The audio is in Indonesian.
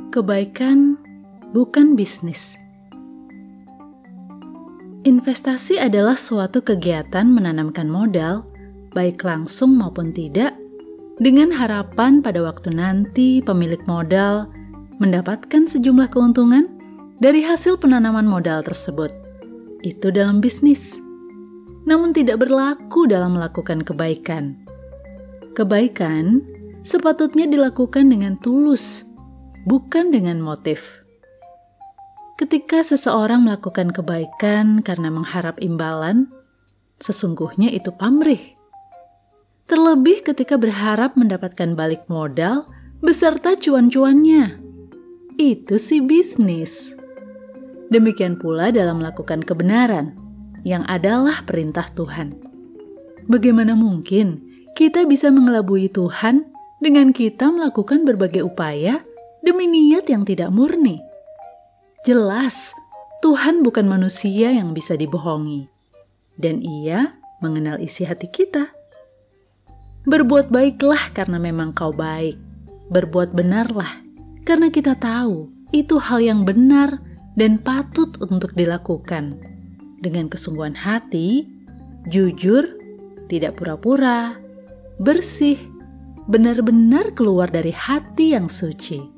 Kebaikan bukan bisnis. Investasi adalah suatu kegiatan menanamkan modal, baik langsung maupun tidak, dengan harapan pada waktu nanti pemilik modal mendapatkan sejumlah keuntungan dari hasil penanaman modal tersebut. Itu dalam bisnis. Namun tidak berlaku dalam melakukan kebaikan. Kebaikan sepatutnya dilakukan dengan tulus, bukan dengan motif. Ketika seseorang melakukan kebaikan karena mengharap imbalan, sesungguhnya itu pamrih. Terlebih ketika berharap mendapatkan balik modal beserta cuan-cuannya. Itu sih bisnis. Demikian pula dalam melakukan kebenaran, yang adalah perintah Tuhan. Bagaimana mungkin kita bisa mengelabui Tuhan dengan kita melakukan berbagai upaya demi niat yang tidak murni? Jelas, Tuhan bukan manusia yang bisa dibohongi. Dan Ia mengenal isi hati kita. Berbuat baiklah karena memang kau baik. Berbuat benarlah karena kita tahu itu hal yang benar dan patut untuk dilakukan. Dengan kesungguhan hati, jujur, tidak pura-pura, bersih, benar-benar keluar dari hati yang suci.